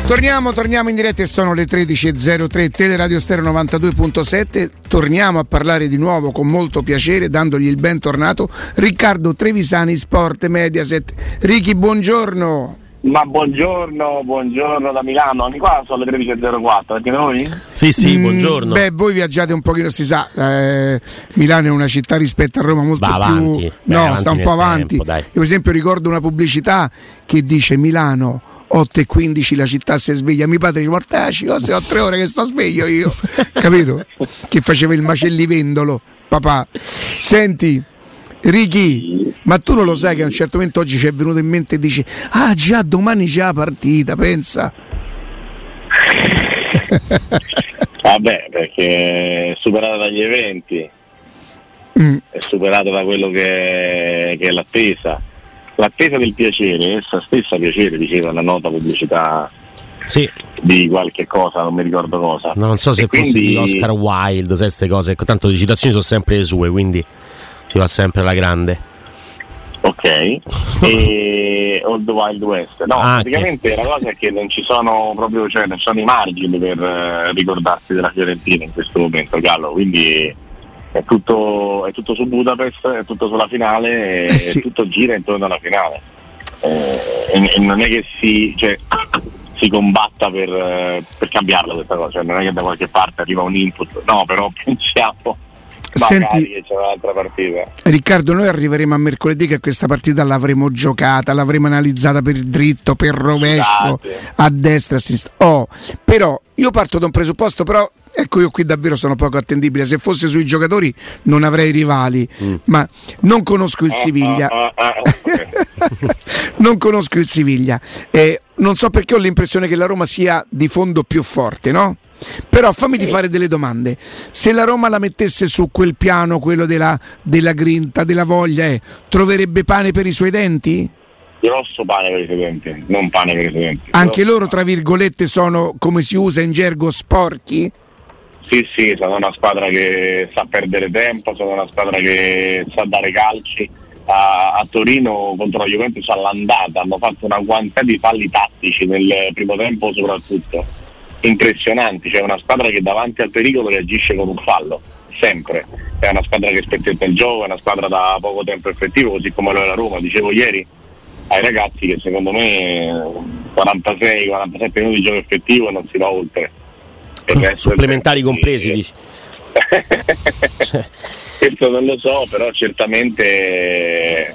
Torniamo in diretta e sono le 13.03, Teleradio Stereo 92.7. Torniamo a parlare di nuovo con molto piacere, dandogli il bentornato Riccardo Trevisani, Sport Mediaset. Ricky, buongiorno. Ma buongiorno da Milano, anche qua sono le 13.04, anche noi? Sì, buongiorno. Voi viaggiate un pochino, si sa, Milano è una città rispetto a Roma molto più avanti. Sta un po' avanti. Tempo, io per esempio ricordo una pubblicità che dice Milano 8:15 la città si sveglia, mio padre dice mortacci, se ho 3 ore che sto sveglio io capito? Che faceva il macellivendolo papà. Senti Ricky, ma tu non lo sai che a un certo momento oggi ci è venuto in mente e dici già domani c'è la partita, pensa. Vabbè, perché è superata dagli eventi, è superata da quello che è l'attesa del piacere, essa stessa piacere, diceva una nota pubblicità di qualche cosa, non mi ricordo cosa. No, non so se fosse di Oscar Wilde, sai, queste cose, tanto le citazioni sono sempre le sue, quindi ci va sempre alla grande. Ok, e Old Wild West. No, praticamente la cosa è che non ci sono proprio, cioè non ci sono i margini per ricordarsi della Fiorentina in questo momento, Gallo, quindi è tutto su Budapest, è tutto sulla finale, e tutto gira intorno alla finale. E non è che si combatta per cambiarla questa cosa, cioè non è che da qualche parte arriva un input, no, però pensiamo magari che c'è un'altra partita. Riccardo, noi arriveremo a mercoledì che questa partita l'avremo giocata, l'avremo analizzata per dritto, per rovescio, a destra, a sinistra. Però io parto da un presupposto, però ecco, io qui davvero sono poco attendibile. Se fosse sui giocatori non avrei rivali, ma non conosco il Siviglia. Non conosco il Siviglia. Non so perché ho l'impressione che la Roma sia di fondo più forte, no? Però fammi fare delle domande. Se la Roma la mettesse su quel piano, quello della grinta, della voglia, troverebbe pane per i suoi denti? Grosso pane per i suoi denti, non pane per i suoi denti. Anche loro, tra virgolette, sono, come si usa in gergo, sporchi? Sì, sono una squadra che sa perdere tempo, sono una squadra che sa dare calci. A Torino contro la Juventus all'andata hanno fatto una quantità di falli tattici nel primo tempo soprattutto impressionanti, cioè una squadra che davanti al pericolo reagisce con un fallo sempre, è una squadra che spettetta il gioco, è una squadra da poco tempo effettivo, così come lo è la Roma. Dicevo ieri ai ragazzi che secondo me 46-47 minuti di gioco effettivo non si va oltre, supplementari compresi dici. Questo non lo so, però certamente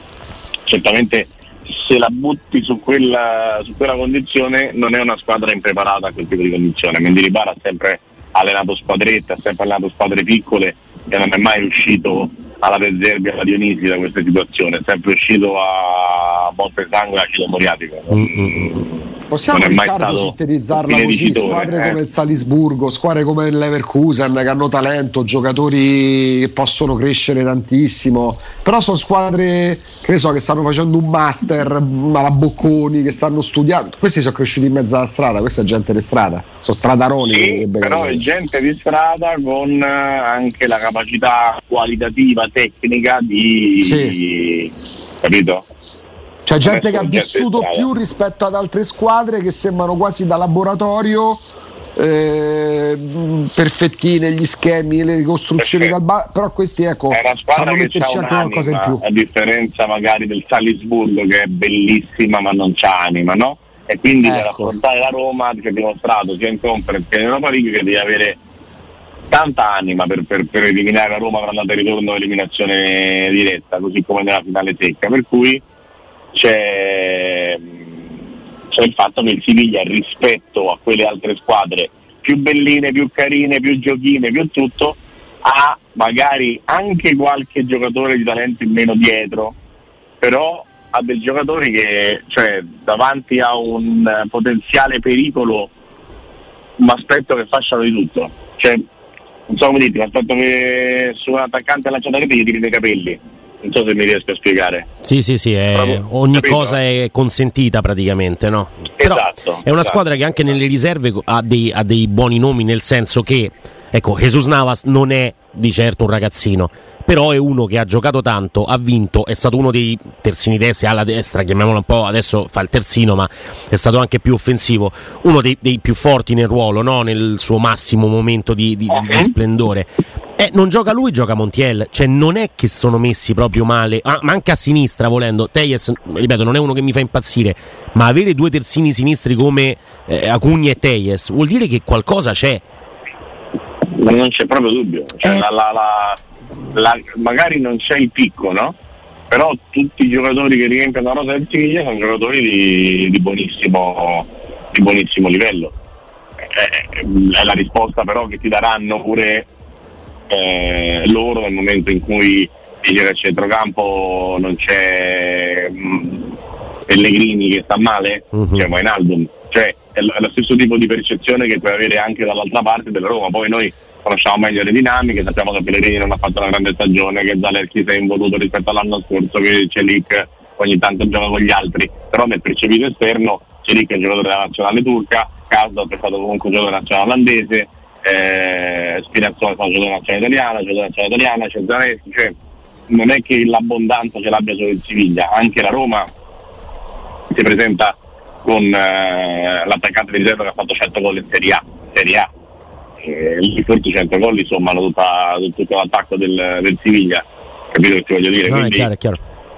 se la butti su quella condizione non è una squadra impreparata a quel tipo di condizione. Mendilibar ha sempre allenato squadrette, ha sempre allenato squadre piccole e non è mai uscito alla De Zerbi, alla Dionisi da questa situazione, è sempre uscito a botte sangue a Cilo Moriatico. Possiamo, Riccardo, sintetizzarla così: squadre come il Salisburgo, squadre come il Leverkusen che hanno talento, giocatori che possono crescere tantissimo, però sono squadre che stanno facendo un master alla Bocconi, che stanno studiando. Questi sono cresciuti in mezzo alla strada, questa è gente di strada, sono stradaroni. Sì, però è gente di strada con anche la capacità qualitativa, tecnica di capito? C'è gente che ha vissuto più rispetto ad altre squadre che sembrano quasi da laboratorio, perfettine gli schemi, le ricostruzioni però questi sanno metterci anche qualcosa in più. A differenza magari del Salisburgo, che è bellissima ma non c'ha anima, no? E quindi per affrontare la Roma ci ha dimostrato sia in Conference che in Europa League che devi avere tanta anima per eliminare la Roma per andata e ritorno eliminazione diretta, così come nella finale secca, per cui c'è il fatto che il Siviglia, rispetto a quelle altre squadre più belline, più carine, più giochine, più tutto, ha magari anche qualche giocatore di talento in meno dietro, però ha dei giocatori che, cioè, davanti a un potenziale pericolo mi aspetto che facciano di tutto, cioè non so come dirti, mi aspetto che su un attaccante lanciato a rete gli tiri dei capelli. Non so se mi riesco a spiegare. Sì, ogni capito? cosa è consentita praticamente, no? Però è una squadra che anche nelle riserve ha dei buoni nomi, nel senso che, ecco, Jesus Navas non è di certo un ragazzino, però è uno che ha giocato tanto, ha vinto, è stato uno dei terzini destri alla destra, chiamiamolo un po', adesso fa il terzino ma è stato anche più offensivo, uno dei più forti nel ruolo, no? Nel suo massimo momento di splendore. Non gioca lui, gioca Montiel, cioè non è che sono messi proprio male, ma anche a sinistra volendo. Tejes, ripeto, non è uno che mi fa impazzire, ma avere due terzini sinistri come Acugna e Tejes vuol dire che qualcosa c'è. Non c'è proprio dubbio, cioè, magari non c'è il picco, no? Però tutti i giocatori che riempiono la rosa del Siviglia sono giocatori di buonissimo livello. È la risposta però che ti daranno pure loro nel momento in cui al centrocampo non c'è Pellegrini che sta male, c'è Wijnaldum, cioè è lo stesso tipo di percezione che puoi avere anche dall'altra parte della Roma. Poi noi conosciamo meglio le dinamiche, sappiamo che Pellegrini non ha fatto una grande stagione, che Zalewski si è involuto rispetto all'anno scorso, che Çelik ogni tanto gioca con gli altri, però nel percepito esterno Çelik è un giocatore della nazionale turca, Karsdorp è stato comunque un giocatore della nazionale olandese, Spinazzola è stato un giocatore della nazionale italiana, c'è Zalewski, cioè non è che l'abbondanza ce l'abbia solo il Siviglia, anche la Roma si presenta con l'attaccante di riserva che ha fatto 100 gol in Serie A. Lì forse 100 gol li sommano tutto l'attacco del Siviglia, capito che ti voglio dire? No, quindi è chiaro.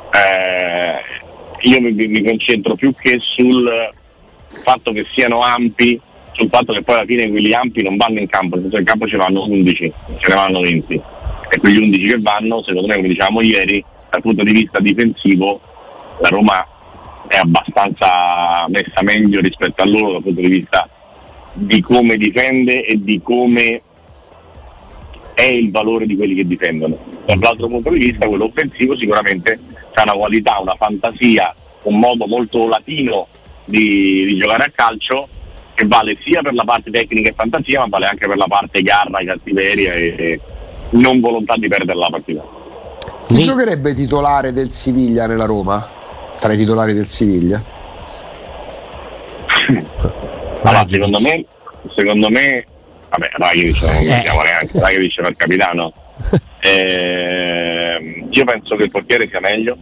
io mi concentro più che sul fatto che siano ampi, sul fatto che poi alla fine quelli ampi non vanno in campo, nel senso che in campo ce ne vanno 11, ce ne vanno 20 e quegli 11 che vanno, secondo me, come dicevamo ieri, dal punto di vista difensivo la Roma è abbastanza messa meglio rispetto a loro dal punto di vista di come difende e di come è il valore di quelli che difendono. Dall'altro punto di vista, quello offensivo sicuramente ha una qualità, una fantasia, un modo molto latino di giocare a calcio che vale sia per la parte tecnica e fantasia, ma vale anche per la parte garra, cattiveria e non volontà di perdere la partita. Chi giocherebbe titolare del Siviglia nella Roma? Tra i titolari del Siviglia? Allora, secondo me vabbè, Rakitic non lo diciamo neanche, Rakitic fa il capitano. Io penso che il portiere sia meglio,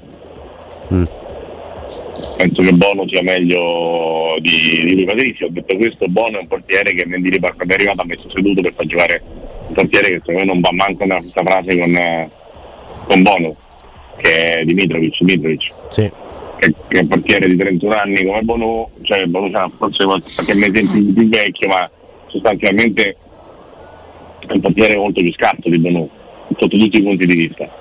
penso che Bono sia meglio di Patrizio. Ho detto questo, Bono è un portiere che Mendili quando è arrivato ha messo seduto per far giocare un portiere che secondo me non va manco nella stessa frase con Bono, che è Dimitrovic, sì. che è un portiere di 31 anni come Bono, cioè Bono c'ha forse qualche mese più vecchio, ma sostanzialmente è un portiere molto più scarso di Bono sotto tutti i punti di vista.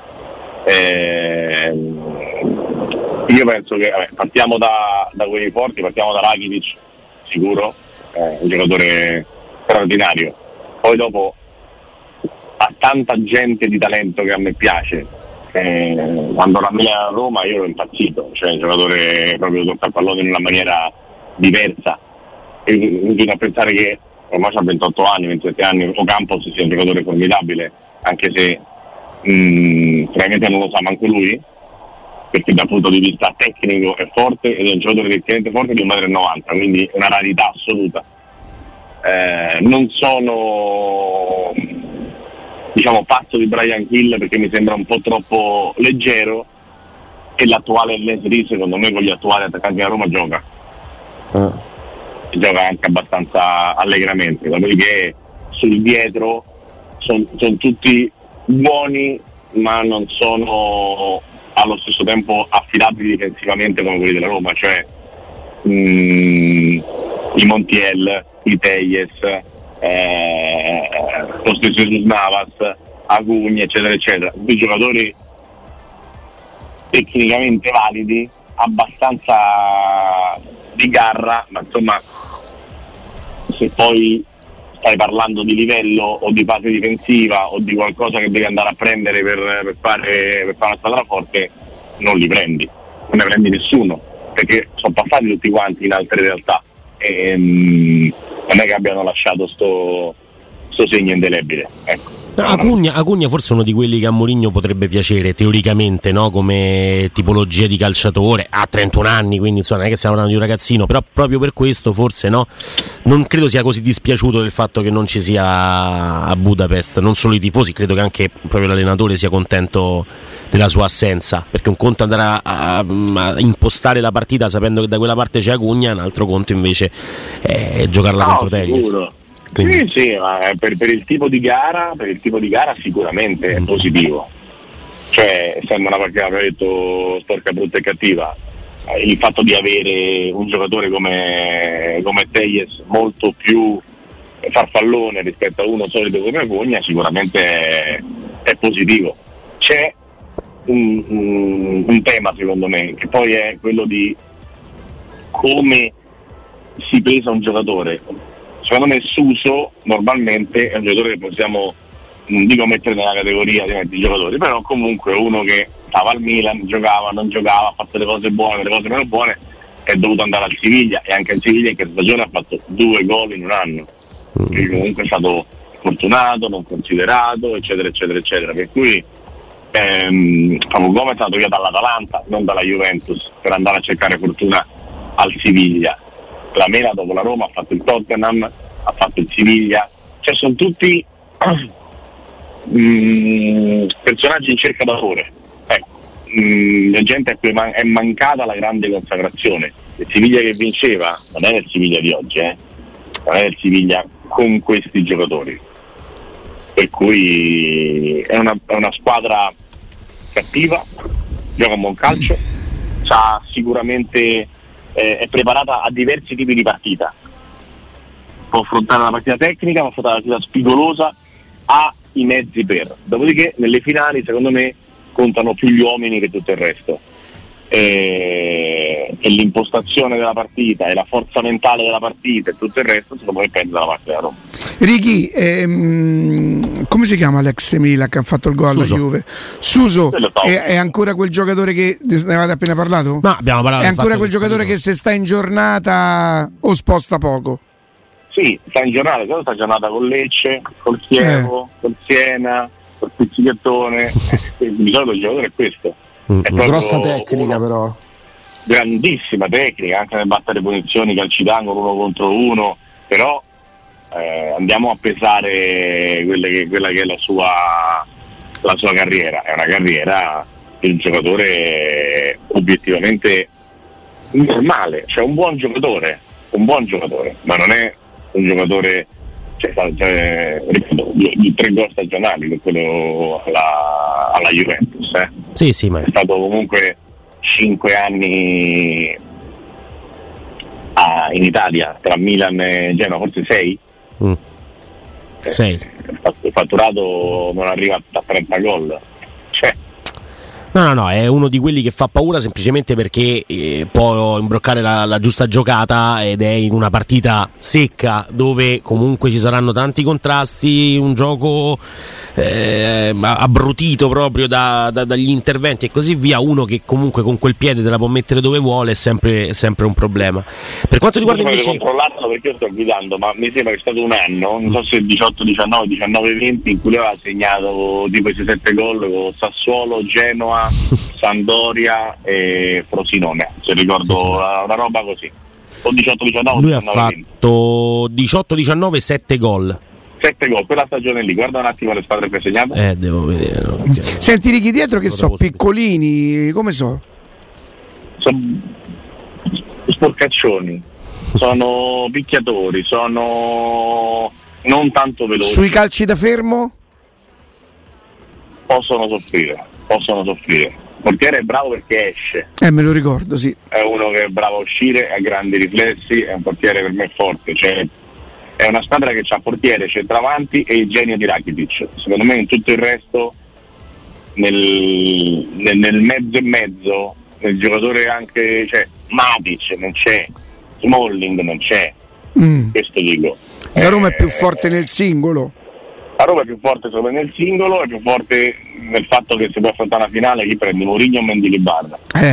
Io penso che partiamo da quelli forti, partiamo da Rakitic sicuro, un giocatore straordinario, poi dopo ha tanta gente di talento che a me piace. Quando la mia Roma io ero impazzito, cioè un giocatore proprio tocca il pallone in una maniera diversa, e bisogna pensare che ormai ha 28 anni, 27 anni, Ocampos sia un giocatore formidabile, anche se probabilmente non lo sa manco lui, perché dal punto di vista tecnico è forte ed è un giocatore effettivamente forte di 1,90 m, quindi una rarità assoluta. Non sono pazzo di Brian Hill perché mi sembra un po' troppo leggero, e l'attuale Leslie secondo me con gli attuali attaccanti della Roma gioca anche abbastanza allegramente, dopodiché sul dietro sono tutti buoni ma non sono allo stesso tempo affidabili difensivamente come quelli della Roma, cioè i Montiel, i Tejes, lo stesso Jesus Navas, Acugna, eccetera eccetera, tutti giocatori tecnicamente validi, abbastanza di garra, ma insomma se poi stai parlando di livello o di fase difensiva o di qualcosa che devi andare a prendere per fare una squadra forte, non ne prendi nessuno, perché sono passati tutti quanti in altre realtà e non è che abbiano lasciato sto segno indelebile, ecco. Acugna forse è uno di quelli che a Mourinho potrebbe piacere teoricamente, no? Come tipologia di calciatore, ha 31 anni, quindi insomma non è che stiamo parlando di un ragazzino, però proprio per questo forse no, non credo sia così dispiaciuto del fatto che non ci sia a Budapest, non solo i tifosi, credo che anche proprio l'allenatore sia contento della sua assenza, perché un conto andare a impostare la partita sapendo che da quella parte c'è Acugna, un altro conto invece è giocarla contro Telles. Sì, ma per il tipo di gara sicuramente è positivo. Cioè, essendo una partita, abbiamo detto, sporca, brutta e cattiva, il fatto di avere un giocatore come Telles molto più farfallone rispetto a uno solito come Acugna sicuramente è positivo. C'è un tema secondo me, che poi è quello di come si pesa un giocatore. Secondo me Suso normalmente è un giocatore che possiamo, non dico mettere nella categoria di giocatori, però comunque uno che stava al Milan, giocava, non giocava, ha fatto le cose buone, le cose meno buone, è dovuto andare al Siviglia, e anche al Siviglia in questa stagione ha fatto 2 gol in un anno, quindi comunque è stato fortunato, non considerato, eccetera eccetera eccetera, per cui Papu Gomez è stato via dall'Atalanta, non dalla Juventus, per andare a cercare fortuna al Siviglia. La Mela dopo la Roma ha fatto il Tottenham, ha fatto il Siviglia, cioè sono tutti personaggi in cerca d'amore. La gente a cui è mancata la grande consacrazione. Il Siviglia che vinceva non era il Siviglia di oggi, non era il Siviglia con questi giocatori, per cui è una squadra cattiva, gioca un buon calcio, sa sicuramente è preparata a diversi tipi di partita, può affrontare una partita tecnica, può affrontare una partita spigolosa, ha i mezzi per. Dopodiché nelle finali secondo me contano più gli uomini che tutto il resto, e l'impostazione della partita e la forza mentale della partita e tutto il resto secondo me pende dalla parte della Roma. Ricky, come si chiama l'ex Milan che ha fatto il gol alla Juve? Suso è ancora quel giocatore che ne avete appena parlato? No, abbiamo parlato. È ancora quel giocatore che se sta in giornata o sposta poco? Sì, sta in giornata con Lecce, col Chievo, col Siena, col Pizzichettone. Di solito il giocatore è questo. È grossa tecnica però. Grandissima tecnica, anche nel battere punizioni, calci d'angolo 1 contro 1, però andiamo a pesare quella che è la sua carriera. È una carriera di un giocatore obiettivamente normale, cioè un buon giocatore, ma non è un giocatore, ripeto, di 3 gol stagionali, per quello alla Juventus. Sì, ma è stato comunque 5 anni in Italia tra Milan e Genoa, forse 6. 6. Il fatturato non arriva a 30 gol. No, è uno di quelli che fa paura semplicemente perché può imbroccare la giusta giocata ed è in una partita secca dove comunque ci saranno tanti contrasti, un gioco abbrutito proprio dagli interventi e così via. Uno che comunque con quel piede te la può mettere dove vuole è sempre un problema. Per quanto riguarda invece, controllarlo, perché io sto guidando, ma mi sembra che è stato un anno, non so se 18, 19, 19, 20, in cui lui aveva segnato tipo 7 gol con Sassuolo, Genoa, Sampdoria e Frosinone, se ricordo. Sì. Una roba così, o 18-19. Lui ha fatto 18-19 7 gol. 7 gol quella stagione lì. Guarda un attimo le squadre che ha segnato. Devo vedere. Okay. Senti Ricky, dietro che so piccolini, come so? Sono sporcaccioni, sono picchiatori, sono non tanto veloci. Sui calci da fermo? Possono soffrire. Il portiere è bravo perché esce. Me lo ricordo, sì. È uno che è bravo a uscire, ha grandi riflessi, è un portiere per me forte. Cioè, è una squadra che c'ha portiere, centravanti e il genio di Rakitic. Secondo me in tutto il resto, nel mezzo e mezzo, nel giocatore anche, cioè Matic non c'è, Smalling non c'è. Questo dico. La Roma è più forte nel singolo. La Roma è più forte solo nel singolo, è più forte nel fatto che se può affrontare una finale chi prende, Mourinho o Mendilibar.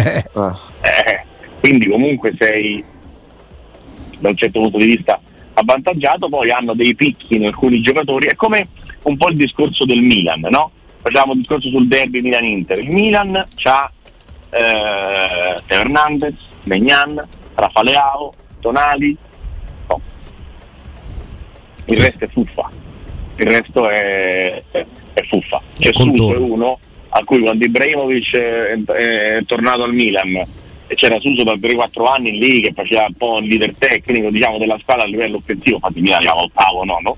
Quindi comunque sei da un certo punto di vista avvantaggiato. Poi hanno dei picchi in alcuni giocatori, è come un po' il discorso del Milan, no? Facciamo un discorso sul derby Milan-Inter. Il Milan c'ha Teo Hernandez, Maignan, Rafa Leao, Tonali, no. Il resto è fuffa, il resto è fuffa. C'è Suso, è uno a cui quando Ibrahimovic è tornato al Milan e c'era Suso per 3-4 anni lì che faceva un po' il leader tecnico, diciamo, della squadra a livello offensivo, infatti Milan arrivava ottavo, no?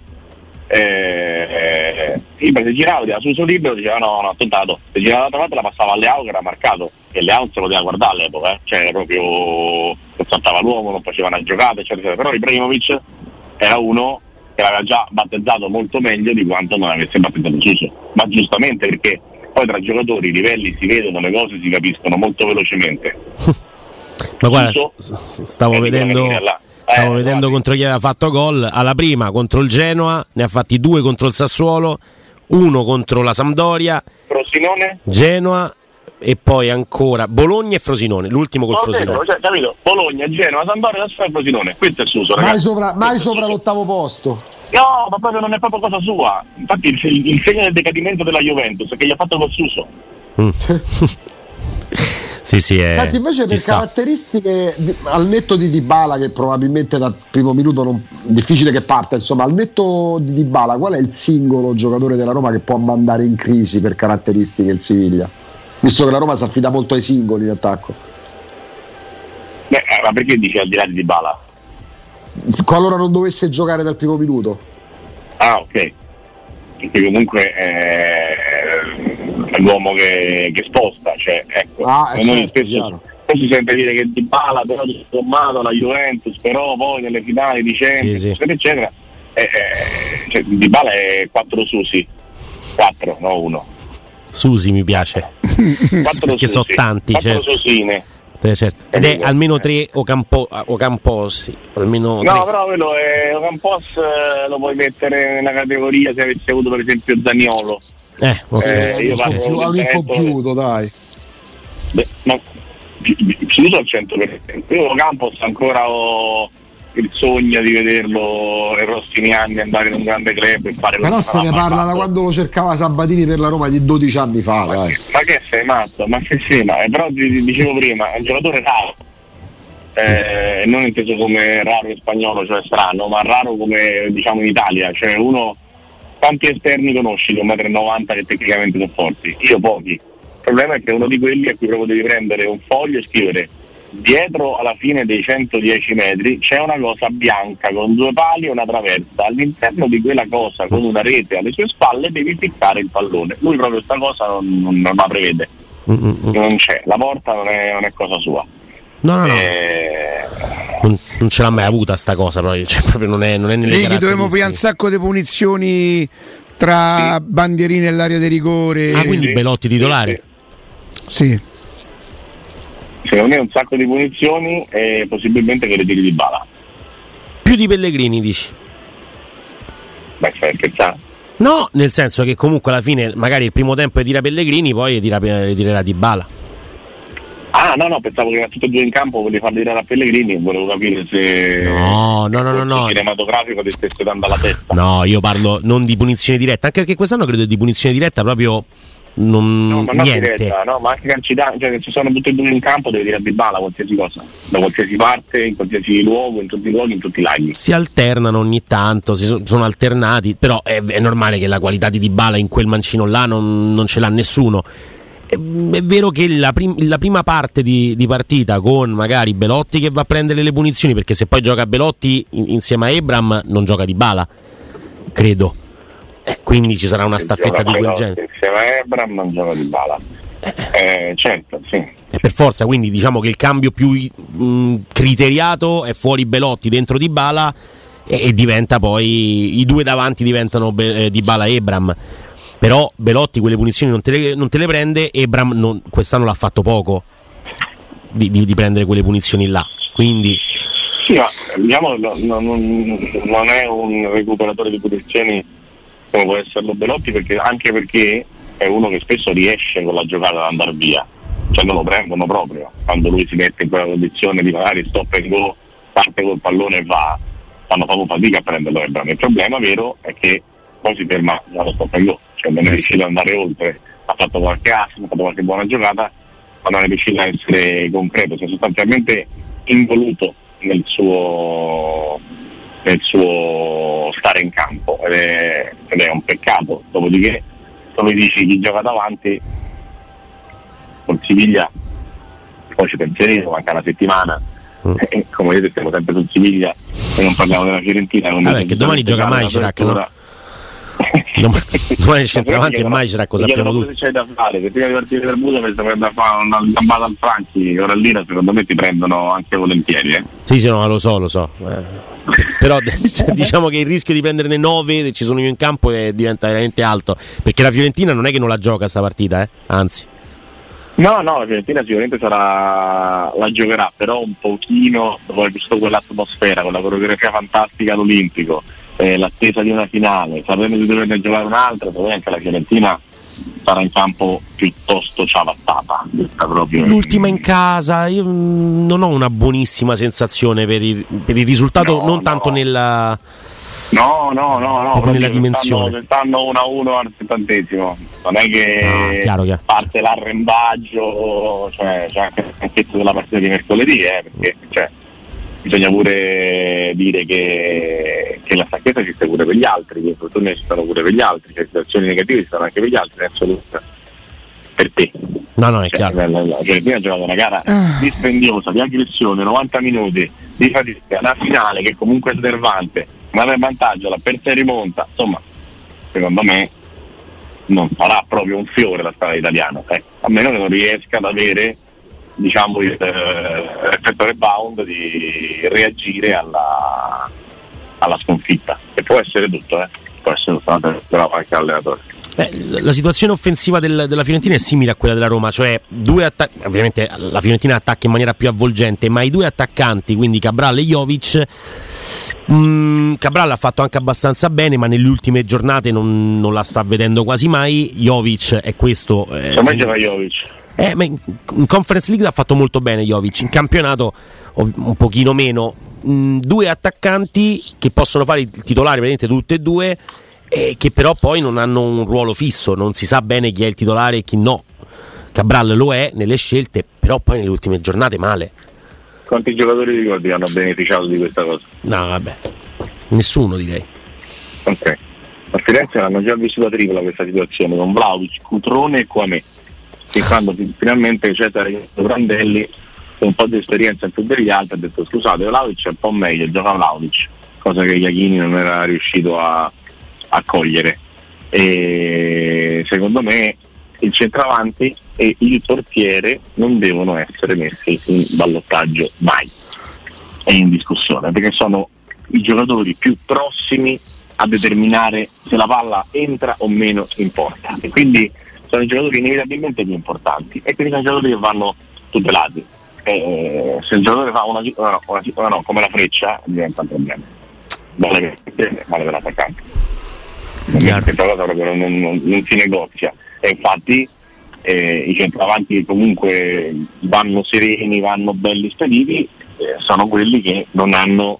Ibra si girava, vedeva Suso libero, diceva no, tentato, si girava dall'altra parte, la passava a Leao che era marcato, e Leao non se lo poteva guardare all'epoca, cioè era proprio, non saltava l'uomo, non faceva una giocata, eccetera. Però Ibrahimovic era uno che l'aveva già battezzato molto meglio di quanto non avesse battezzato Suso, ma giustamente, perché poi tra giocatori i livelli si vedono, le cose si capiscono molto velocemente. Ma guarda, stavo vedendo contro chi aveva fatto gol. Alla prima contro il Genoa, ne ha fatti 2 contro il Sassuolo, 1 contro la Sampdoria, Frosinone, Genoa e poi ancora Bologna e Frosinone, l'ultimo col Frosinone. Cioè, capito? Bologna, Genoa, Sampdoria, Sassuolo e Frosinone. Questo è Suso, ragazzi. Mai sopra l'8º posto. No, ma proprio non è proprio cosa sua. Infatti il segno del decadimento della Juventus che gli ha fatto col Suso. Sì, senti, invece per caratteristiche al netto di Dybala, che probabilmente dal primo minuto difficile che parta, insomma, al netto di Dybala, qual è il singolo giocatore della Roma che può mandare in crisi per caratteristiche il Siviglia? Visto che la Roma si affida molto ai singoli in attacco. Ma perché dici al di là di Dybala? Qualora non dovesse giocare dal primo minuto. Ah, ok. Perché comunque è l'uomo che sposta, cioè, ecco. Noi spesso si sente dire che Dybala però sommato la Juventus, però poi nelle finali di Champions, eccetera, cioè, Dybala è 4 Susi, 4, no 1. Susi mi piace. 4 perché sono tanti, 4 Susine. Certo. Ed è almeno 3 Ocampos, almeno 3. No, però quello è Ocampos, lo puoi mettere nella categoria se avessi avuto per esempio Zaniolo. Io parlo un incompiuto, dai. Ma chiuso al 100%. Io Ocampos ancora ho il sogno di vederlo nei prossimi anni andare in un grande club e fare. Però se ne parla da quando lo cercava Sabatini per la Roma di 12 anni fa. Ma che sei matto? Ma che sei matto? Però ti dicevo prima, è un giocatore raro, non inteso come raro in spagnolo, cioè strano, ma raro come diciamo in Italia, cioè uno, quanti esterni conosci di 1,90 m che tecnicamente sono forti? Io pochi. Il problema è che uno di quelli a cui proprio devi prendere un foglio e scrivere: dietro alla fine dei 110 metri c'è una cosa bianca con 2 pali e una traversa, all'interno di quella cosa con una rete alle sue spalle devi ficcare il pallone. Lui proprio sta cosa non la prevede, non c'è, la porta non è cosa sua. No. Non ce l'ha mai avuta sta cosa, cioè, proprio non è nelle caratteristiche. Dovremmo pigliare un sacco di punizioni tra bandierine e l'area di rigore. Quindi Belotti titolare? Sì. Secondo me un sacco di punizioni e possibilmente che le tiri di Dybala. Più di Pellegrini, dici? Beh, stai scherzando? No, nel senso che comunque alla fine magari il primo tempo tira Pellegrini, poi tirerà Dybala. Ah, no, pensavo che era tutti e due in campo, volevi farli tirare a Pellegrini e volevo capire se no. il cinematografico ti stesse dando alla testa. No, io parlo non di punizione diretta, anche perché quest'anno credo di punizione diretta proprio ma niente. Diretta, no, ma anche calci d'angolo, cioè che ci sono tutti e due in campo devi dire a Dybala qualsiasi cosa, da qualsiasi parte, in qualsiasi luogo, in tutti i luoghi, in tutti i laghi. Si alternano ogni tanto, sono alternati, però è normale che la qualità di Dybala in quel mancino là non ce l'ha nessuno. È vero che la prima parte di partita con magari Belotti che va a prendere le punizioni, perché se poi gioca Belotti insieme a Ebram non gioca Dybala, credo. Quindi ci sarà una staffetta di quel genere. Se va Ebram non gioca Dybala. Certo, sì. Per forza, quindi diciamo che il cambio più criteriato è fuori Belotti, dentro Dybala, e diventa poi i due davanti diventano Dybala e Ebram. Però Belotti quelle punizioni non te le prende, Ebram quest'anno l'ha fatto poco di prendere quelle punizioni là. Quindi sì, ma diciamo non è un recuperatore di punizioni come può esserlo Belotti, anche perché è uno che spesso riesce con la giocata ad andare via, cioè non lo prendono proprio quando lui si mette in quella condizione di magari stop and go, parte col pallone e va, fanno proprio fatica a prenderlo Ebram. Il problema vero è che poi si ferma dallo stop-and-go, cioè non è riuscito ad andare oltre, ha fatto qualche ass, ha fatto qualche buona giocata, ma non è riuscito a essere concreto, si è sostanzialmente involuto nel suo stare in campo ed è un peccato. Dopodiché, come dici, chi gioca davanti con Siviglia, poi ci penseremo, manca una settimana, come vedete stiamo sempre sul Siviglia e non parliamo della Fiorentina. Che domani gioca Majrak, no? Domani il centravanti e Majrak, cosa sappiamo tutti. C'è da fare, che prima di partire dal Budapest per fare una gambata al Franchi, ora lì secondo me ti prendono anche volentieri. Sì, no, lo so. Però diciamo che il rischio di prenderne 9, ci sono io in campo, diventa veramente alto, perché la Fiorentina non è che non la gioca sta partita, anzi. No, la Fiorentina sicuramente la giocherà, però un pochino, dopo aver visto quell'atmosfera, con la coreografia fantastica all'Olimpico, l'attesa di una finale, sapendo di dover giocare un'altra, probabilmente la Fiorentina sarà in campo piuttosto ciabattata. L'ultima in casa, io non ho una buonissima sensazione per il risultato, non tanto nella... No, nella dimensione. Stanno 1-1 al 70°, non è che chiaro. parte l'arrembaggio, cioè c'è anche il pezzo della partita di mercoledì, perché bisogna pure dire che la stanchezza ci sta pure per gli altri, gli infortuni ci stanno pure per gli altri, le situazioni negative ci stanno anche per gli altri, in assoluto per te. No, è chiaro. La Fiorentina ha giocato una gara dispendiosa, di aggressione, 90 minuti di fatica, una finale che comunque è snervante, ma in vantaggio, la persa rimonta, insomma, secondo me non farà proprio un fiore la strada italiana, a meno che non riesca ad avere, diciamo, l'effetto rebound di reagire alla sconfitta, che può essere tutto, può essere tutto, però anche allenatore. La situazione offensiva della Fiorentina è simile a quella della Roma, cioè due attacchi, ovviamente la Fiorentina attacca in maniera più avvolgente, ma i due attaccanti, quindi Cabral e Jovic, Cabral ha fatto anche abbastanza bene, ma nelle ultime giornate non la sta vedendo quasi mai. Jovic è questo. Come gioca Jovic? Ma in Conference League ha fatto molto bene Jovic, in campionato un pochino meno. Due attaccanti che possono fare il titolare praticamente tutte e due, che però poi non hanno un ruolo fisso, non si sa bene chi è il titolare e chi no. Cabral lo è nelle scelte, però poi nelle ultime giornate male. Quanti giocatori ricordi hanno beneficiato di questa cosa? No, vabbè, nessuno, direi. Ok, a Firenze hanno già vissuto a tripla questa situazione con Vlahovic, Cutrone e Quamè, che quando finalmente Cesare Brandelli con un po' di esperienza in più degli altri ha detto: scusate, Vlahovic è un po' meglio, gioca Vlahovic, cosa che Iachini non era riuscito a cogliere. E secondo me il centravanti e il portiere non devono essere messi in ballottaggio mai e in discussione, perché sono i giocatori più prossimi a determinare se la palla entra o meno in porta, e quindi sono i giocatori inevitabilmente più importanti, e quindi sono i giocatori che vanno tutelati. Se il giocatore fa una come la freccia, diventa un problema. Male per l'attaccante. Questa cosa proprio non si negozia, e infatti i centravanti che comunque vanno sereni, vanno belli spediti, sono quelli che non hanno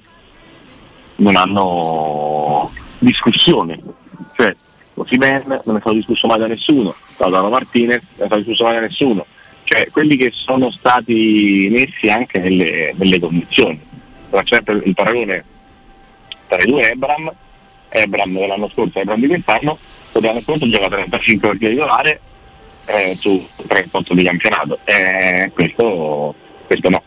discussione, cioè Osimhen non è stato discusso mai da nessuno, Lautaro Martinez non è stato discusso mai da nessuno, cioè quelli che sono stati messi anche nelle condizioni. C'è sempre il paragone tra i due Ebram dell'anno scorso e Ebram di quest'anno. L'anno scorso gioca 35 partite titolare su 38 di campionato, questo no.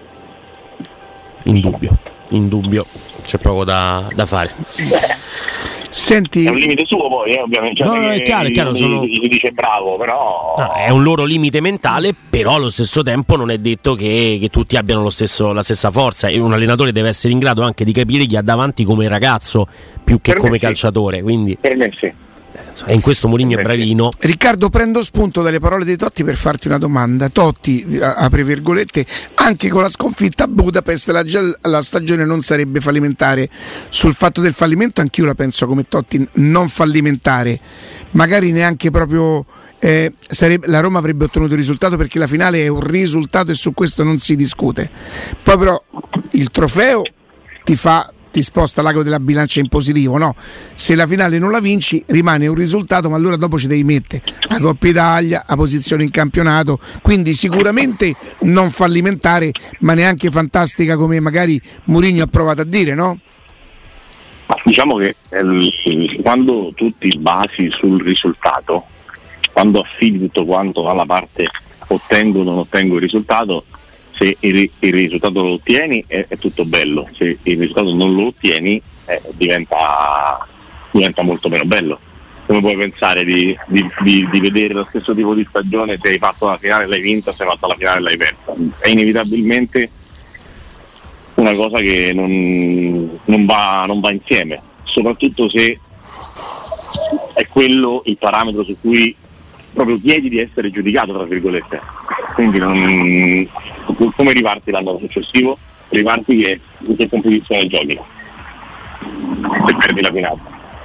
Indubbio, c'è poco da fare. Senti, è un limite suo poi, ovviamente. No, è chiaro, si dice bravo, però no, è un loro limite mentale, però allo stesso tempo non è detto che tutti abbiano la stessa forza, e un allenatore deve essere in grado anche di capire chi ha davanti come ragazzo più che come calciatore, quindi per me sì. E in questo Mourinho è bravino. Riccardo, prendo spunto dalle parole di Totti per farti una domanda. Totti, apre virgolette, anche con la sconfitta a Budapest la stagione non sarebbe fallimentare. Sul fatto del fallimento anch'io la penso come Totti, non fallimentare, magari neanche proprio la Roma avrebbe ottenuto il risultato, perché la finale è un risultato e su questo non si discute. Poi però il trofeo ti fa ti sposta l'ago della bilancia in positivo, no? Se la finale non la vinci rimane un risultato, ma allora dopo ci devi mettere la Coppa Italia, la posizione in campionato, quindi sicuramente non fallimentare, ma neanche fantastica come magari Mourinho ha provato a dire, no? Diciamo che quando tu ti basi sul risultato, quando affidi tutto quanto alla parte ottengo o non ottengo il risultato, se il risultato lo ottieni è tutto bello, se il risultato non lo ottieni diventa molto meno bello. Come puoi pensare di vedere lo stesso tipo di stagione se hai fatto la finale e l'hai vinta, se hai fatto la finale e l'hai persa? È inevitabilmente una cosa che non va insieme, soprattutto se è quello il parametro su cui proprio chiedi di essere giudicato, tra virgolette. Quindi come riparti l'anno successivo? Riparti che in che competizione giochi se perdi la finale.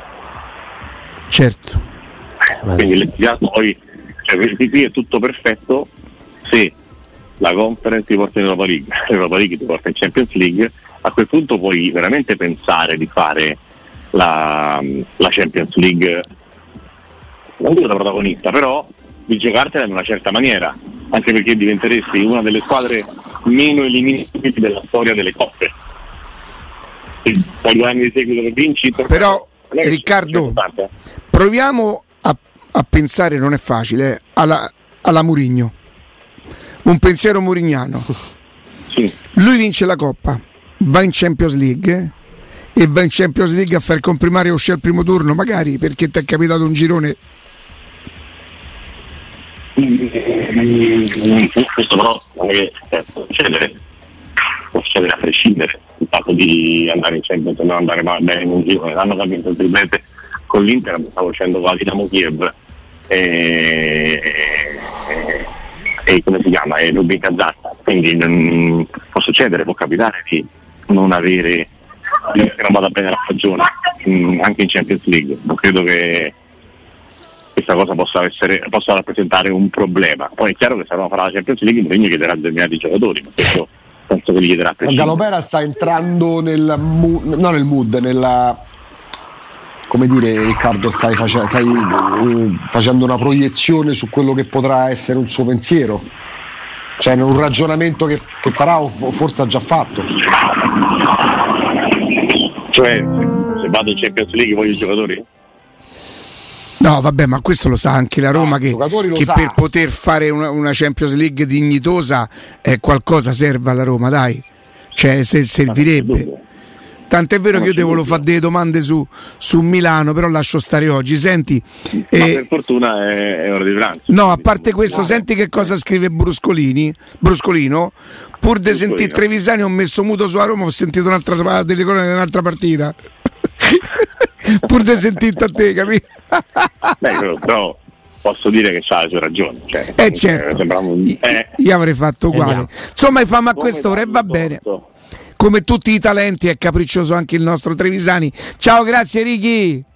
Certo. Quindi l'entusiasmo poi, qui è tutto perfetto se la Conference ti porta in Europa League, l'Europa League ti porta in Champions League, a quel punto puoi veramente pensare di fare la Champions League, non dico da protagonista, però di giocartela in una certa maniera, anche perché diventeresti una delle squadre meno eliminabili della storia delle coppe. Poi 2 anni di seguito che vinci, però Riccardo, proviamo a pensare, non è facile, alla Mourinho. Un pensiero murignano. Sì. Lui vince la Coppa, va in Champions League e va in Champions League a far comprimare uscire al primo turno, magari perché ti è capitato un girone. Questo però non è che può succedere a prescindere. Il fatto di andare in Champions e non andare bene in un girone, l'hanno capito semplicemente con l'Inter, stavo facendo quasi Dinamo Kiev e come si chiama? E Rubin Kazakh, quindi può succedere, può capitare di non avere, che non vada bene la stagione anche in Champions League. Non credo che questa cosa possa rappresentare un problema. Poi è chiaro che se non farà la Champions League Mourinho chiederà determinati giocatori, ma questo penso che gli chiederà Galopera sta entrando nel mood, nella, come dire, Riccardo, stai facendo una proiezione su quello che potrà essere un suo pensiero, cioè un ragionamento che farà o forse ha già fatto. Cioè, se vado in Champions League voglio i giocatori? No, vabbè, ma questo lo sa anche la Roma, che per poter fare una Champions League dignitosa qualcosa serve alla Roma, dai, cioè servirebbe. Tant'è vero che io ti volevo fare delle domande su Milano, però lascio stare oggi. Senti, ma per fortuna è ora di pranzo. No, a parte questo, senti che cosa scrive Bruscolino. Pur di sentire Trevisani ho messo muto su Roma, ho sentito un'altra telecronaca di un'altra partita. Pur di sentire a te, capito? Beh, però posso dire che c'ha le sue ragioni. Cioè, certo. Io avrei fatto uguale. Insomma, famo a quest'ora e va bene. Come tutti i talenti è capriccioso anche il nostro Trevisani. Ciao, grazie Ricky.